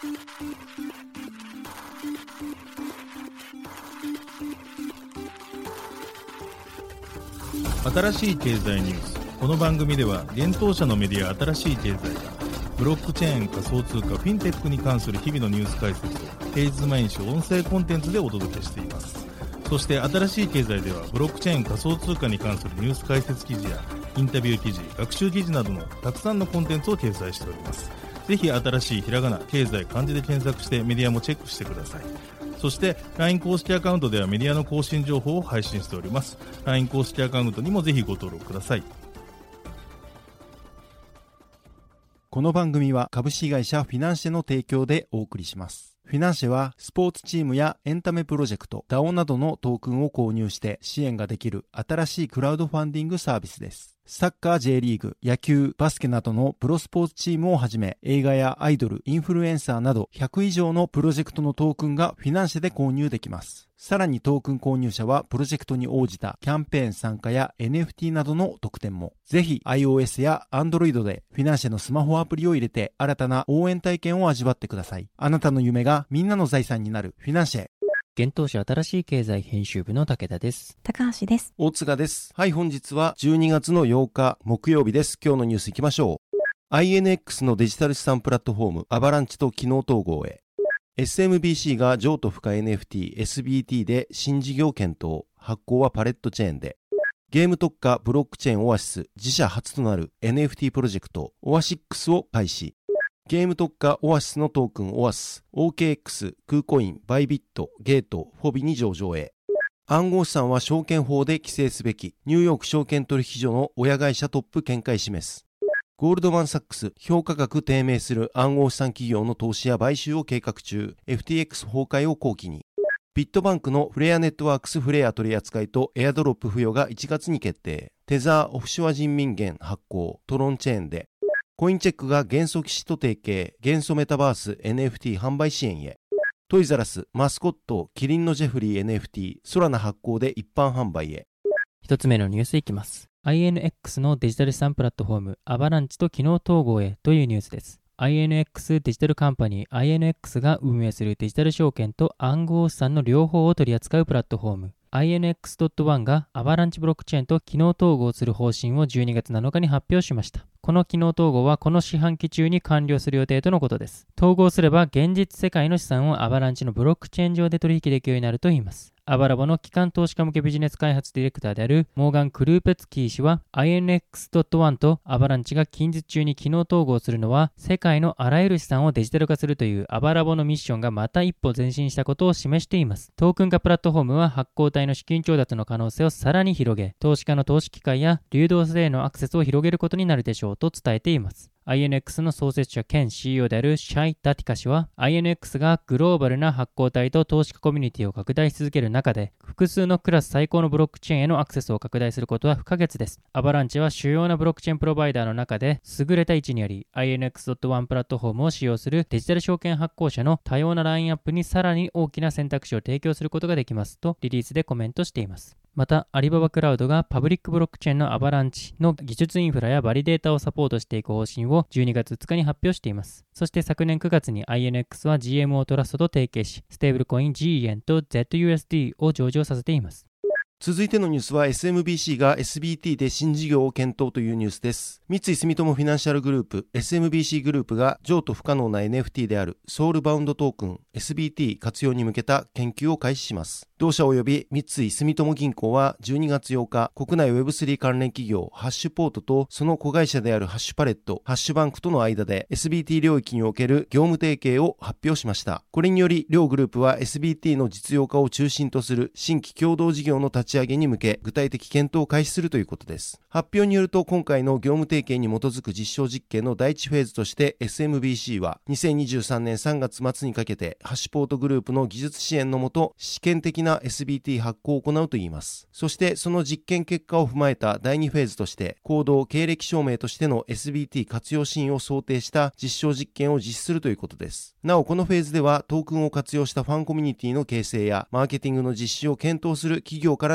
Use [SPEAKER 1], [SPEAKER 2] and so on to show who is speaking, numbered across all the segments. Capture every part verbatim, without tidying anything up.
[SPEAKER 1] 新しい経済ニュース。この番組では現当社のメディア新しい経済がブロックチェーン、仮想通貨、フィンテックに関する日々のニュース解説を平日毎日音声コンテンツでお届けしています。そして新しい経済ではブロックチェーン、仮想通貨に関するニュース解説記事やインタビュー記事、学習記事などのたくさんのコンテンツを掲載しております。ぜひ新しいひらがな、経済、漢字で検索してメディアもチェックしてください。そして ライン 公式アカウントではメディアの更新情報を配信しております。 ライン 公式アカウントにもぜひご登録ください。
[SPEAKER 2] この番組は株式会社フィナンシェの提供でお送りします。フィナンシェはスポーツチームやエンタメプロジェクト、ダオ などのトークンを購入して支援ができる新しいクラウドファンディングサービスです。サッカー J リーグ、野球、バスケなどのプロスポーツチームをはじめ、映画やアイドル、インフルエンサーなどひゃく以上のプロジェクトのトークンがフィナンシェで購入できます。さらにトークン購入者はプロジェクトに応じたキャンペーン参加や エヌエフティー などの特典も。ぜひ iOS や Android でフィナンシェのスマホアプリを入れて新たな応援体験を味わってください。あなたの夢がみんなの財産になるフィナンシェ。
[SPEAKER 3] 現当社新しい経済編集部の武田です。
[SPEAKER 4] 高橋です。
[SPEAKER 2] 大塚です。はい、本日はじゅうにがつのようか木曜日です。今日のニュースいきましょう。アイエヌエックス のデジタル資産プラットフォームアバランチと機能統合へ。エスエムビーシー が譲渡不可 エヌエフティー エスビーティー で新事業検討。発行はパレットチェーンで。ゲーム特化ブロックチェーンオアシス自社初となる エヌエフティー プロジェクトオアシックスを開始。ゲーム特化オアシスのトークンオアシス、オーケーエックス、クーコイン、バイビット、ゲート、フォビに上場へ。暗号資産は証券法で規制すべき。ニューヨーク証券取引所の親会社トップ見解示す。ゴールドマンサックス、評価額低迷する暗号資産企業の投資や買収を計画中。エフティーエックス 崩壊を後期に。ビットバンクのフレアネットワークスフレア取り扱いとエアドロップ付与がいちがつに決定。テザーオフショア人民元発行、トロンチェーンで。コインチェックが元素騎士と提携、元素メタバース エヌエフティー 販売支援へ。トイザラス、マスコット、キリンのジェフリー エヌエフティー、ソラナ発行で一般販売へ。
[SPEAKER 3] 一つ目のニュースいきます。アイエヌエックス のデジタル資産プラットフォームアバランチと機能統合へというニュースです。アイエヌエックス デジタルカンパニー アイエヌエックス が運営するデジタル証券と暗号資産の両方を取り扱うプラットフォーム。アイエヌエックスドットワン がアバランチブロックチェーンと機能統合する方針をじゅうにがつなのかに発表しました。この機能統合はこの四半期中に完了する予定とのことです。統合すれば現実世界の資産をアバランチのブロックチェーン上で取引できるようになるといいます。アバラボの機関投資家向けビジネス開発ディレクターであるモーガン・クルーペツキー氏は アイエヌエックスドットワン とアバランチが近日中に機能統合するのは世界のあらゆる資産をデジタル化するというアバラボのミッションがまた一歩前進したことを示しています。トークン化プラットフォームは発行体の資金調達の可能性をさらに広げ、投資家の投資機会や流動性へのアクセスを広げることになるでしょうと伝えています。アイエヌエックス の創設者兼 シーイーオー であるシャイ・ダティカ氏は アイエヌエックス がグローバルな発行体と投資家コミュニティを拡大し続ける中で複数のクラス最高のブロックチェーンへのアクセスを拡大することは不可欠です。アバランチは主要なブロックチェーンプロバイダーの中で優れた位置にあり アイエヌエックスドットワン プラットフォームを使用するデジタル証券発行者の多様なラインアップにさらに大きな選択肢を提供することができますとリリースでコメントしています。また、アリババクラウドがパブリックブロックチェーンのアバランチの技術インフラやバリデータをサポートしていく方針をじゅうにがつふつかに発表しています。そして昨年くがつに アイエヌエックス は ジーエムオー トラストと提携し、ステーブルコイン ジーエヌ と ゼットユーエスディー を上場させています。
[SPEAKER 2] 続いてのニュースは エスエムビーシー が エスビーティー で新事業を検討というニュースです。三井住友フィナンシャルグループ エスエムビーシー グループが譲渡不可能な エヌエフティー であるソウルバウンドトークン エスビーティー 活用に向けた研究を開始します。同社及び三井住友銀行はじゅうにがつようか国内 ウェブスリー 関連企業ハッシュポートとその子会社であるハッシュパレット、ハッシュバンクとの間で エスビーティー 領域における業務提携を発表しました。これにより両グループは エスビーティー の実用化を中心とする新規共同事業の立ち上げに向け具体的検討を開始するということです。発表によると今回の業務提携に基づく実証実験の第一フェーズとして エスエムビーシー はにせんにじゅうさんねんさんがつ末にかけてハッシュポートグループの技術支援のもと試験的な エスビーティー 発行を行うといいます。そしてその実験結果を踏まえただいにフェーズとして行動経歴証明としての エスビーティー 活用シーンを想定した実証実験を実施するということです。なおこのフェーズではトークンを活用したファンコミュニティの形成やマーケティングの実施を検討する企業から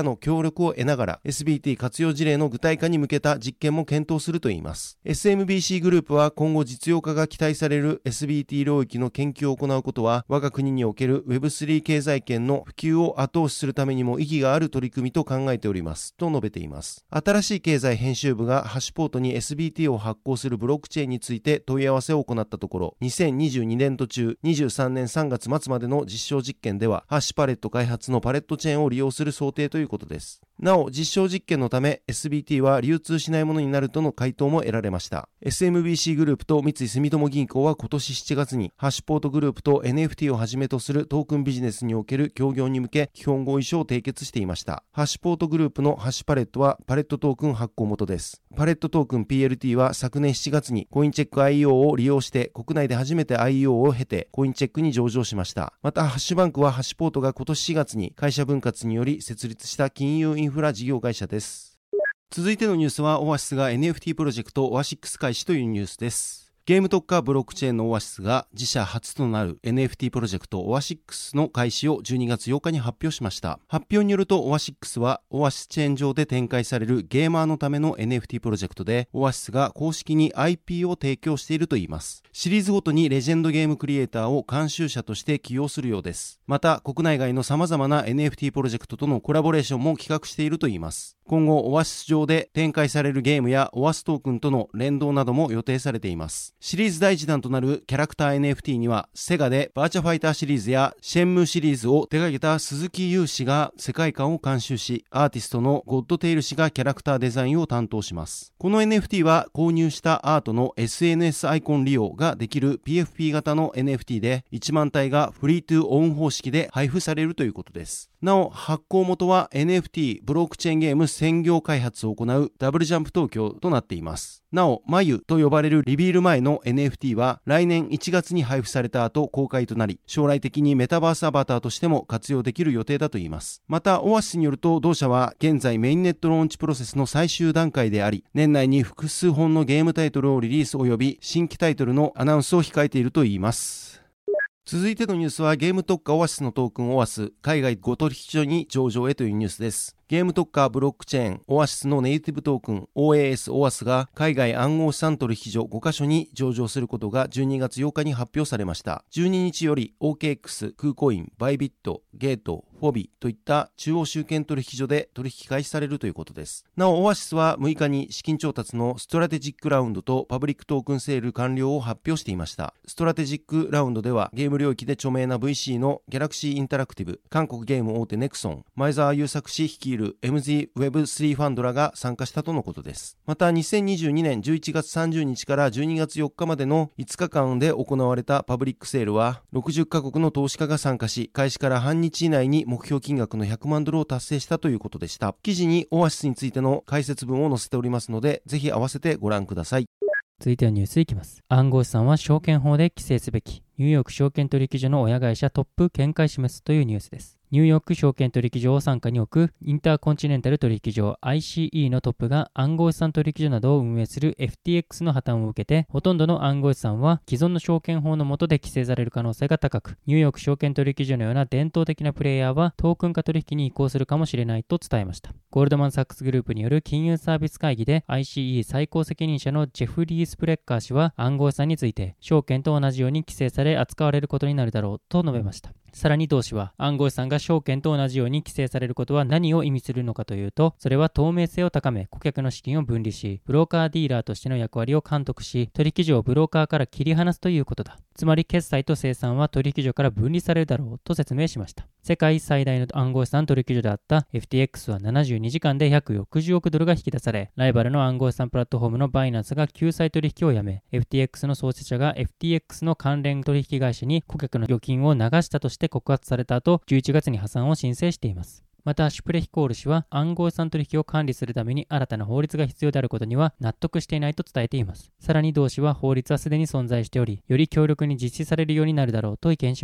[SPEAKER 2] の協力を得ながら エスビーティー 活用事例の具体化に向けた実験も検討するといいます。 エスエムビーシー グループは今後実用化が期待される エスビーティー 領域の研究を行うことは我が国における ウェブスリー 経済圏の普及を後押しするためにも意義がある取り組みと考えておりますと述べています。新しい経済編集部がハッシュポートに エスビーティー を発行するブロックチェーンについて問い合わせを行ったところ、にせんにじゅうにねん度中にじゅうさんねんさんがつ末までの実証実験ではハッシュパレット開発のパレットチェーンを利用する想定ということです。なお実証実験のため エスビーティー は流通しないものになるとの回答も得られました。 エスエムビーシー グループと三井住友銀行は今年しちがつにハッシュポートグループと エヌエフティー をはじめとするトークンビジネスにおける協業に向け基本合意書を締結していました。ハッシュポートグループのハッシュパレットはパレットトークン発行元です。パレットトークン ピーエルティー は昨年しちがつにコインチェック アイオー を利用して国内で初めて アイオー を経てコインチェックに上場しました。またハッシュバンクはハッシュポートが今年しがつに会社分割により設立した金融インフラ事業会社です。続いてのニュースはオアシスが エヌエフティー プロジェクトオアシックス開始というニュースです。ゲーム特化ブロックチェーンのオアシスが自社初となる エヌエフティー プロジェクトオアシックスの開始をじゅうにがつようかに発表しました。発表によるとオアシックスはオアシスチェーン上で展開されるゲーマーのための エヌエフティー プロジェクトで、オアシスが公式に アイピー を提供しているといいます。シリーズごとにレジェンドゲームクリエイターを監修者として起用するようです。また国内外の様々な エヌエフティー プロジェクトとのコラボレーションも企画しているといいます。今後オアシス上で展開されるゲームやオアシストークンとの連動なども予定されています。シリーズ第一弾となるキャラクター エヌエフティー にはセガでバーチャファイターシリーズやシェンムーシリーズを手掛けた鈴木優氏が世界観を監修し、アーティストのゴッドテイル氏がキャラクターデザインを担当します。この エヌエフティー は購入したアートの エスエヌエス アイコン利用ができる ピーエフピー 型の エヌエフティー でいちまんたいがフリートゥーオン方式で配布されるということです。なお発行元は エヌエフティー ブロックチェーンゲーム専業開発を行うダブルジャンプ東京となっています。なおマユと呼ばれるリビール前の エヌエフティー は来年いちがつに配布された後公開となり、将来的にメタバースアバターとしても活用できる予定だといいます。またオアシスによると同社は現在メインネットローンチプロセスの最終段階であり、年内に複数本のゲームタイトルをリリース及び新規タイトルのアナウンスを控えているといいます。続いてのニュースはゲーム特化オアシスのトークンオアシス海外ご取引所に上場へというニュースです。ゲーム特化ブロックチェーンオアシスのネイティブトークン オーエーエス オアシスが海外暗号資産取引所ごカ所に上場することがじゅうにがつようかに発表されました。じゅうににちより オーケーエックス、クーコイン、バイビット、ゲート、フォビといった中央集権取引所で取引開始されるということです。なおオアシスはむいかに資金調達のストラテジックラウンドとパブリックトークンセール完了を発表していました。ストラテジックラウンドではゲーム領域で著名な ブイシー のギャラクシーインタラクティブ、韓国ゲーム大手ネクソン、前澤友作氏率いる エムジーウェブスリー ファンドらが参加したとのことです。またにせんにじゅうにねんじゅういちがつさんじゅうにちからじゅうにがつよっかまでのいつかかんで行われたパブリックセールはろくじゅっかこくの投資家が参加し、開始から半日以内に目標金額のひゃくまんドルを達成したということでした。記事にオアシスについての解説文を載せておりますので、ぜひ合わせてご覧ください。
[SPEAKER 3] 続いてはニュースいきます。暗号資産は証券法で規制すべき。ニューヨーク証券取引所の親会社トップ見解示すというニュースです。ニューヨーク証券取引所を傘下に置くインターコンチネンタル取引所 アイシーイー のトップが暗号資産取引所などを運営する エフティーエックス の破綻を受けて、ほとんどの暗号資産は既存の証券法の下で規制される可能性が高く、ニューヨーク証券取引所のような伝統的なプレイヤーはトークン化取引に移行するかもしれないと伝えました。ゴールドマンサックスグループによる金融サービス会議で アイシーイー 最高責任者のジェフリー・スプレッカー氏は暗号資産について証券と同じように規制され扱われることになるだろうと述べました。さらに同氏は暗号資産が証券と同じように規制されることは何を意味するのかというと、それは透明性を高め顧客の資金を分離し、ブローカーディーラーとしての役割を監督し、取引所をブローカーから切り離すということだ。つまり決済と生産は取引所から分離されるだろうと説明しました。世界最大の暗号資産取引所であった エフティーエックス はななじゅうにじかんで約ろくじゅうおくドルが引き出され、ライバルの暗号資産プラットフォームのバイナンスが救済取引をやめ、エフティーエックス の創設者が エフティーエックス の関連取引会社に顧客の預金を流したとして告発された後、じゅういちがつに破産を申請しています。またシュプレヒコール氏は暗号資産取引を管理するために新たな法律が必要であることには納得していないと伝えています。さらに同氏は法律はすでに存在しており、より強力に実施されるようになるだろうと意見しました。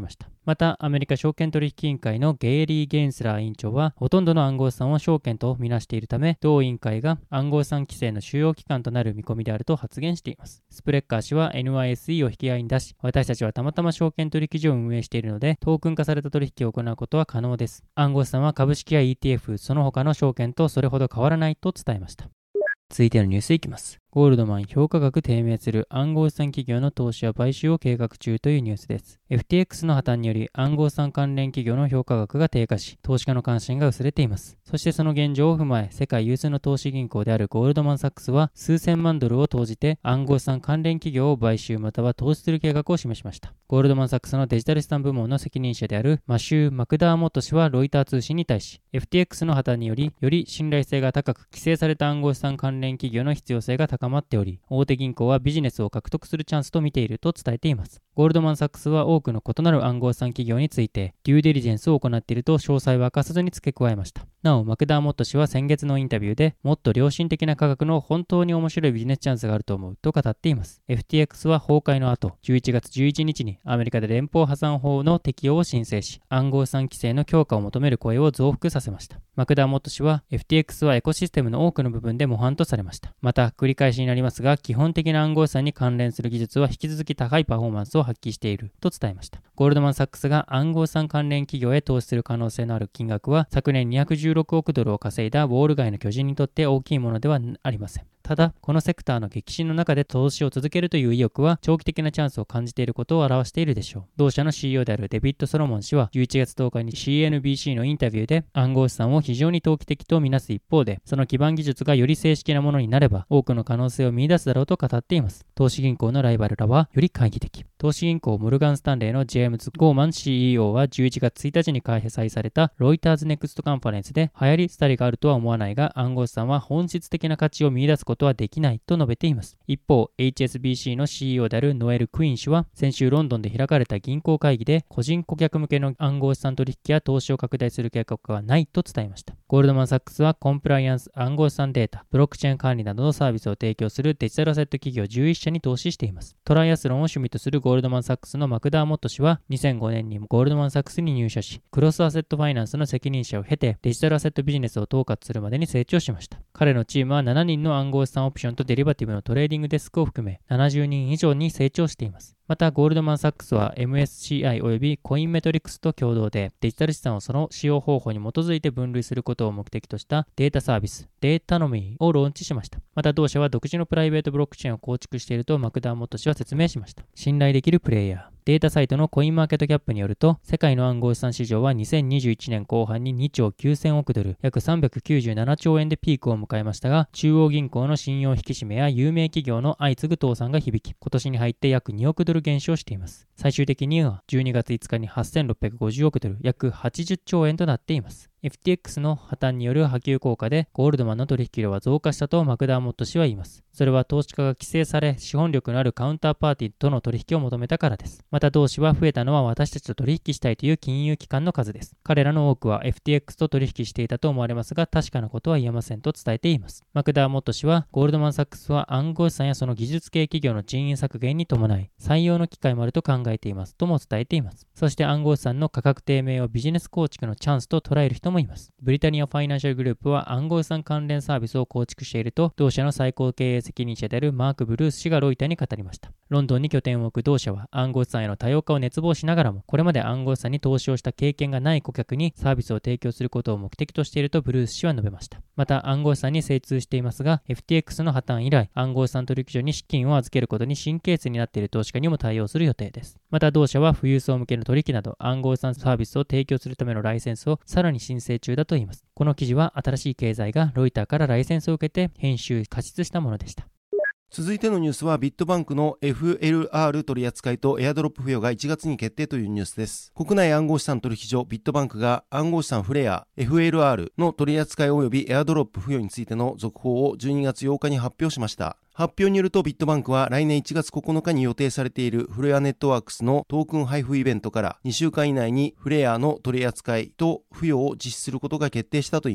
[SPEAKER 3] また、アメリカ証券取引委員会のゲイリー・ゲインスラー委員長は、ほとんどの暗号資産を証券とみなしているため、同委員会が暗号資産規制の主要機関となる見込みであると発言しています。スプレッカー氏は エヌワイエスイー を引き合いに出し、私たちはたまたま証券取引所を運営しているので、トークン化された取引を行うことは可能です。暗号資産は株式や イーティーエフ、その他の証券とそれほど変わらないと伝えました。続いてのニュースいきます。ゴールドマン評価額低迷する暗号資産企業の投資や買収を計画中というニュースです。エフティーエックス の破綻により暗号資産関連企業の評価額が低下し、投資家の関心が薄れています。そしてその現状を踏まえ、世界有数の投資銀行であるゴールドマンサックスは数千万ドルを投じて暗号資産関連企業を買収または投資する計画を示しました。ゴールドマンサックスのデジタル資産部門の責任者であるマシュー・マクダーモット氏はロイター通信に対し、エフティーエックス の破綻により、より信頼性が高く規制された暗号資産関連企業の必要性が高まっており、大手銀行はビジネスを獲得するチャンスと見ていると伝えています。ゴールドマンサックスは多くの異なる暗号資産企業についてデューデリジェンスを行っていると詳細は明かさずに付け加えました。なお、マクダーモット氏は先月のインタビューで、もっと良心的な価格の本当に面白いビジネスチャンスがあると思うと語っています。エフティーエックス は崩壊の後、じゅういちがつじゅういちにちにアメリカで連邦破産法の適用を申請し、暗号資産規制の強化を求める声を増幅させました。マクダーモット氏は、エフティーエックス はエコシステムの多くの部分で模範とされました。また、繰り返しになりますが、基本的な暗号資産に関連する技術は引き続き高いパフォーマンスを発揮していると伝えました。ゴールドマンサックスが暗号資産関連企業へ投資する可能性のある金額は、昨年にひゃくじゅうろくおくドルを稼いだウォール街の巨人にとって大きいものではありません。ただ、このセクターの激震の中で投資を続けるという意欲は長期的なチャンスを感じていることを表しているでしょう。同社の シーイーオー であるデビッド・ソロモン氏はじゅういちがつとおかに シーエヌビーシー のインタビューで暗号資産を非常に投機的とみなす一方で、その基盤技術がより正式なものになれば多くの可能性を見出すだろうと語っています。投資銀行のライバルらはより懐疑的。投資銀行モルガン・スタンレーのジェームズ・ゴーマン シーイーオー はじゅういちがつついたちに開催されたロイターズネクストカンファレンスで、流行り廃りがあるとは思わないが暗号資産は本質的な価値を見出すことはできないと述べています。一方、エイチエスビーシー の シーイーオー であるノエル・クイーン氏は先週ロンドンで開かれた銀行会議で、個人顧客向けの暗号資産取引や投資を拡大する計画はないと伝えました。ゴールドマンサックスはコンプライアンス、暗号資産データ、ブロックチェーン管理などのサービスを提供するデジタルアセット企業じゅういっしゃに投資しています。トライアスロンを趣味とするゴールドマンサックスのマクダーモット氏はにせんごねんにゴールドマンサックスに入社し、クロスアセットファイナンスの責任者を経てデジタルアセットビジネスを統括するまでに成長しました。彼のチームはしちにんの暗号資産オプションとデリバティブのトレーディングデスクを含めななじゅうにん以上に成長しています。また、ゴールドマンサックスは エムエスシーアイ およびコインメトリクスと共同でデジタル資産をその使用方法に基づいて分類することを目的としたデータサービス、データノミーをローンチしました。また、同社は独自のプライベートブロックチェーンを構築しているとマクダーモット氏は説明しました。信頼できるプレイヤー。データサイトのコインマーケットキャップによると、世界の暗号資産市場はにせんにじゅういちねんこう半ににちょうきゅうせんおくドル、約さんびゃくきゅうじゅうななちょうえんでピークを迎えましたが、中央銀行の信用引き締めや有名企業の相次ぐ倒産が響き、今年に入って約におくドル減少しています。最終的にはじゅうにがついつかにはっせんろっぴゃくごじゅうおくドル、約はちじゅっちょうえんとなっています。エフティーエックス の破綻による波及効果でゴールドマンの取引量は増加したとマクダーモット氏は言います。それは投資家が規制され資本力のあるカウンターパーティーとの取引を求めたからです。また同氏は増えたのは私たちと取引したいという金融機関の数です。彼らの多くは エフティーエックス と取引していたと思われますが確かなことは言えませんと伝えています。マクダーモット氏はゴールドマンサックスは暗号資産やその技術系企業の人員削減に伴い採用の機会もあると考えていますとも伝えています。そして暗号資産の価格低迷をビジネス構築のチャンスと捉える人もいます。ブリタニアファイナンシャルグループは暗号資産関連サービスを構築していると同社の最高経営責任者であるマーク・ブルース氏がロイターに語りました。ロンドンに拠点を置く同社は暗号資産への多様化を熱望しながらもこれまで暗号資産に投資をした経験がない顧客にサービスを提供することを目的としているとブルース氏は述べました。また暗号資産に精通していますが エフティーエックス の破綻以来暗号資産取引所に資金を預けることに神経質になっている投資家にも対応する予定です。また同社は富裕層向けの取引など暗号資産サービスを提供するためのライセンスをさらに申請中だといいます。この記事は新しい経済がロイターからライセンスを受けて編集加筆したものでした。
[SPEAKER 2] 続いてのニュースはビットバンクの エフエルアール 取り扱いとエアドロップ付与がいちがつに決定というニュースです。国内暗号資産取引所ビットバンクが暗号資産フレア エフエルアール の取り扱い及びエアドロップ付与についての続報をじゅうにがつようかに発表しました。発表によるとビットバンクは来年いちがつここのかに予定されているフレアネットワークスのトークン配布イベントからにしゅうかん以内にフレアの取り扱いと付与を実施することが決定したといいます。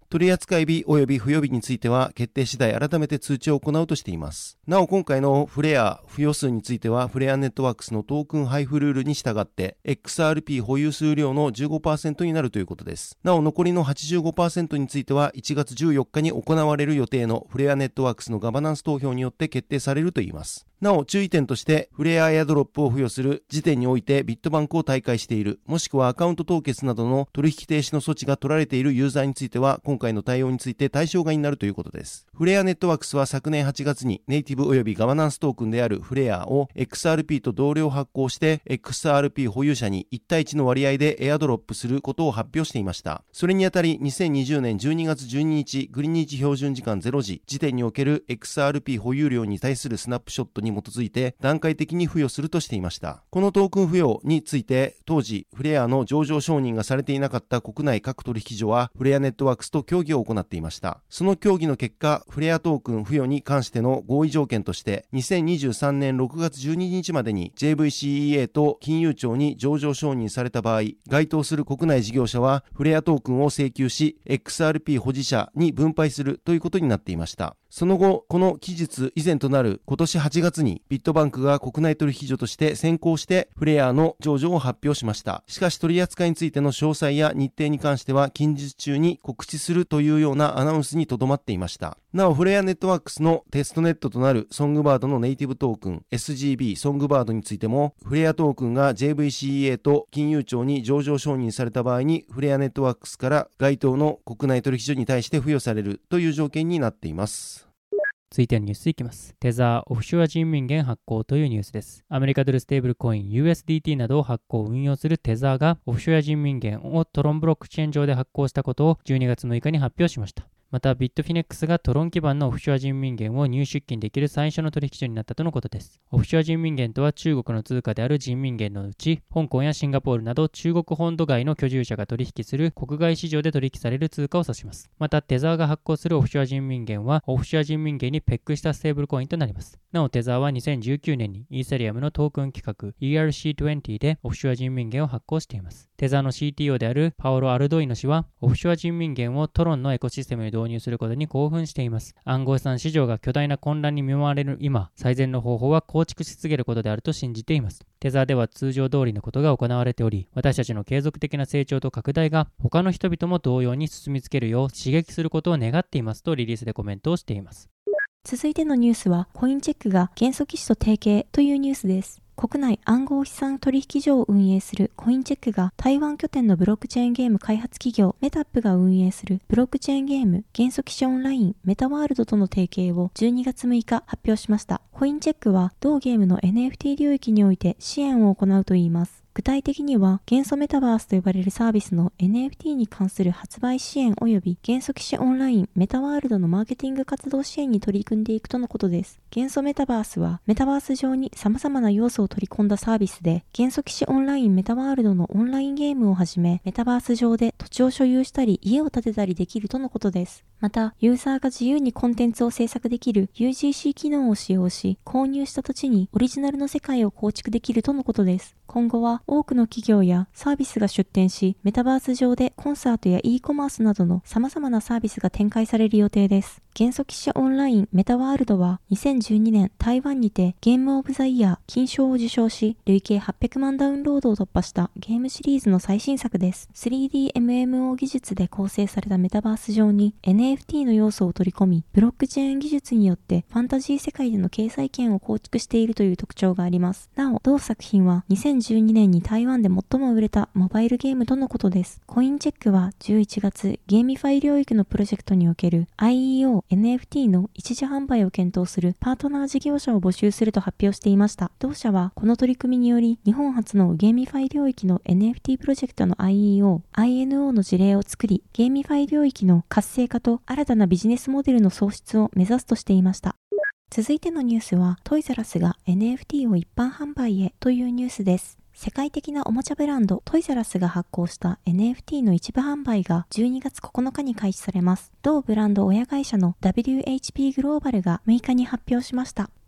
[SPEAKER 2] 取扱日及び付与日については決定次第改めて通知を行うとしています。なお今回のフレア付与数についてはフレアネットワークスのトークン配布ルールに従って エックスアールピー 保有数量の じゅうごパーセント になるということです。なお残りの はちじゅうごパーセント についてはいちがつじゅうよっかに行われる予定のフレアネットワークスのガバナンス投票によって決定されるといいます。なお注意点としてフレアエアドロップを付与する時点においてビットバンクを退会している、もしくはアカウント凍結などの取引停止の措置が取られているユーザーについては今回の対応について対象外になるということです。フレアネットワークスは昨年はちがつにネイティブ及びガバナンストークンであるフレアを エックスアールピー と同量発行して エックスアールピー 保有者にいち対いちの割合でエアドロップすることを発表していました。それにあたりにせんにじゅうねんじゅうにがつじゅうににちグリニッジ標準時間れいじ時点における エックスアールピー 保有量に対するスナップショットに基づいて段階的に付与するとしていました。このトークン付与について当時フレアの上場承認がされていなかった国内各取引所はフレアネットワークスと協議を行っていました。その協議の結果、フレアトークン付与に関しての合意条件としてにせんにじゅうさんねんろくがつじゅうににちまでに ジェイブイシーイーエー と金融庁に上場承認された場合、該当する国内事業者はフレアトークンを請求し エックスアールピー 保持者に分配するということになっていました。その後、この期日以前となる今年はちがつにビットバンクが国内取引所として先行してフレアの上場を発表しました。しかし取り扱いについての詳細や日程に関しては近日中に告知するというようなアナウンスにとどまっていました。なおフレアネットワークスのテストネットとなるソングバードのネイティブトークン エスジービー ソングバードについてもフレアトークンが ジェイブイシーイーエー と金融庁に上場承認された場合にフレアネットワークスから該当の国内取引所に対して付与されるという条件になっています。
[SPEAKER 3] 続いてのニュースいきます。テザーオフショア人民元発行というニュースです。アメリカドルステーブルコイン ユーエスディーティー などを発行運用するテザーがオフショア人民元をトロンブロックチェーン上で発行したことをじゅうにがつむいかに発表しました。またビットフィネックスがトロン基盤のオフショア人民元を入出金できる最初の取引所になったとのことです。オフショア人民元とは中国の通貨である人民元のうち、香港やシンガポールなど中国本土外の居住者が取引する国外市場で取引される通貨を指します。またテザーが発行するオフショア人民元はオフショア人民元にペックしたステーブルコインとなります。なおテザーはにせんじゅうきゅうねんにイーサリアムのトークン規格 イーアールシーにじゅう でオフショア人民元を発行しています。テザーの シーティーオー であるパオロ・アルドイノ氏はオフショア人民元をトロンのエコシステムに導入することに興奮しています。暗号資産市場が巨大な混乱に見舞われる今、最善の方法は構築し続けることであると信じています。テザーでは通常通りのことが行われており、私たちの継続的な成長と拡大が他の人々も同様に進みつけるよう刺激することを願っていますとリリースでコメントをしています。
[SPEAKER 4] 続いてのニュースはコインチェックが元素騎士と提携というニュースです。国内暗号資産取引所を運営するコインチェックが台湾拠点のブロックチェーンゲーム開発企業メタップが運営するブロックチェーンゲーム元素騎士オンラインメタワールドとの提携をじゅうにがつむいか発表しました。コインチェックは同ゲームの エヌエフティー 領域において支援を行うといいます。具体的には元素メタバースと呼ばれるサービスの エヌエフティー に関する発売支援及び元素騎士オンラインメタワールドのマーケティング活動支援に取り組んでいくとのことです。元素メタバースはメタバース上に様々な要素を取り込んだサービスで、元素騎士オンラインメタワールドのオンラインゲームをはじめメタバース上で土地を所有したり家を建てたりできるとのことです。またユーザーが自由にコンテンツを制作できる ユージーシー 機能を使用し、購入した土地にオリジナルの世界を構築できるとのことです。今後は多くの企業やサービスが出展し、メタバース上でコンサートや e コマースなどの様々なサービスが展開される予定です。元素騎士オンラインメタワールドはにせんじゅうにねん台湾にてゲームオブザイヤー金賞を受賞し、累計はっぴゃくまんダウンロードを突破したゲームシリーズの最新作です。スリーディーエムエムオー 技術で構成されたメタバース上に エヌエフティー の要素を取り込み、ブロックチェーン技術によってファンタジー世界での掲載権を構築しているという特徴があります。なお、同作品はにせんじゅうにねんに台湾で最も売れたモバイルゲームとのことです。コインチェックはじゅういちがつ、ゲーミファイ領域のプロジェクトにおける アイイーオー、エヌエフティー の一時販売を検討するパートナー事業者を募集すると発表していました。同社はこの取り組みにより日本初のゲーミファイ領域の エヌエフティー プロジェクトの アイイーオー、アイエヌオー の事例を作り、ゲーミファイ領域の活性化と新たなビジネスモデルの創出を目指すとしていました。続いてのニュースはトイザらスが エヌエフティー を一般販売へというニュースです。世界的なおもちゃブランドトイザらスが発行した エヌエフティー の一部販売がじゅうにがつここのかに開始されます。同ブランド親会社の ダブリューエイチピー グローバルがむいかに発表しました。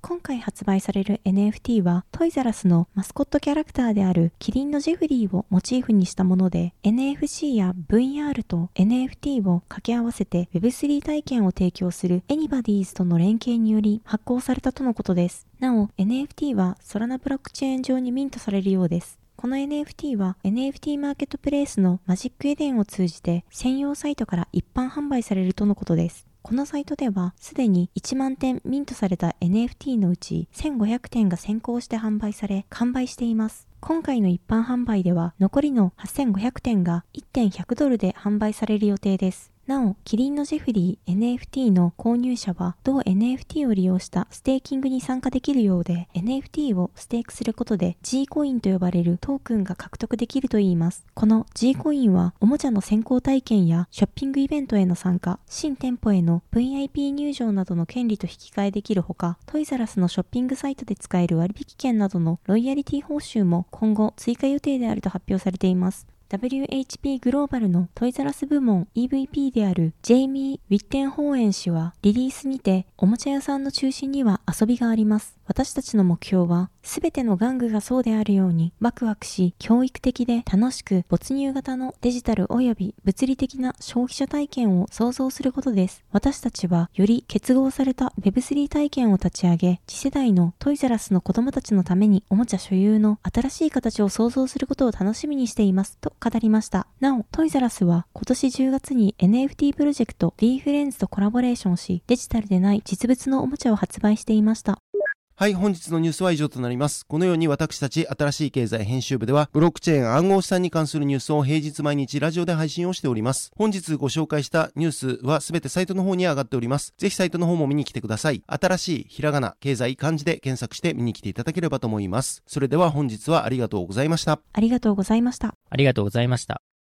[SPEAKER 4] 今回発売される エヌエフティー はトイザらスのマスコットキャラクターであるキリンのジェフリーをモチーフにしたもので エヌエフシー や ブイアール と エヌエフティー を掛け合わせて ウェブスリー 体験を提供する Anybody's との連携により発行されたとのことです。なお エヌエフティー はソラナブロックチェーン上にミントされるようです。この エヌエフティー は エヌエフティー マーケットプレイスのマジックエデンを通じて専用サイトから一般販売されるとのことです。このサイトではすでにいちまんてんミントされた エヌエフティー のうちせんごひゃくてんが先行して販売され完売しています。今回の一般販売では残りのはっせんごひゃくてんがいってんひゃくドルで販売される予定です。なお、キリンのジェフリー エヌエフティー の購入者は同 エヌエフティー を利用したステーキングに参加できるようで エヌエフティー をステークすることで G コインと呼ばれるトークンが獲得できるといいます。この G コインはおもちゃの先行体験やショッピングイベントへの参加、新店舗への ブイアイピー 入場などの権利と引き換えできるほか、トイザらスのショッピングサイトで使える割引券などのロイヤリティ報酬も今後追加予定であると発表されています。ダブリューエイチピー グローバルのトイザらス部門 イーブイピー であるジェイミー・ウィッテンホーエン氏はリリースにておもちゃ屋さんの中心には遊びがあります。私たちの目標はすべての玩具がそうであるようにワクワクし教育的で楽しく没入型のデジタルおよび物理的な消費者体験を創造することです。私たちはより結合された ウェブスリー 体験を立ち上げ次世代のトイザらスの子供たちのためにおもちゃ所有の新しい形を創造することを楽しみにしていますと語りました。なお、トイザらスは今年じゅうがつに エヌエフティー プロジェクト B フレンズとコラボレーションし、デジタルでない実物のおもちゃを発売していました。
[SPEAKER 2] はい、本日のニュースは以上となります。このように私たち新しい経済編集部ではブロックチェーン暗号資産に関するニュースを平日毎日ラジオで配信をしております。本日ご紹介したニュースはすべてサイトの方に上がっております。ぜひサイトの方も見に来てください。新しいひらがな、経済、漢字で検索して見に来ていただければと思います。それでは本日はありがとうございました。
[SPEAKER 4] ありがとうございました。
[SPEAKER 3] ありがとうございました。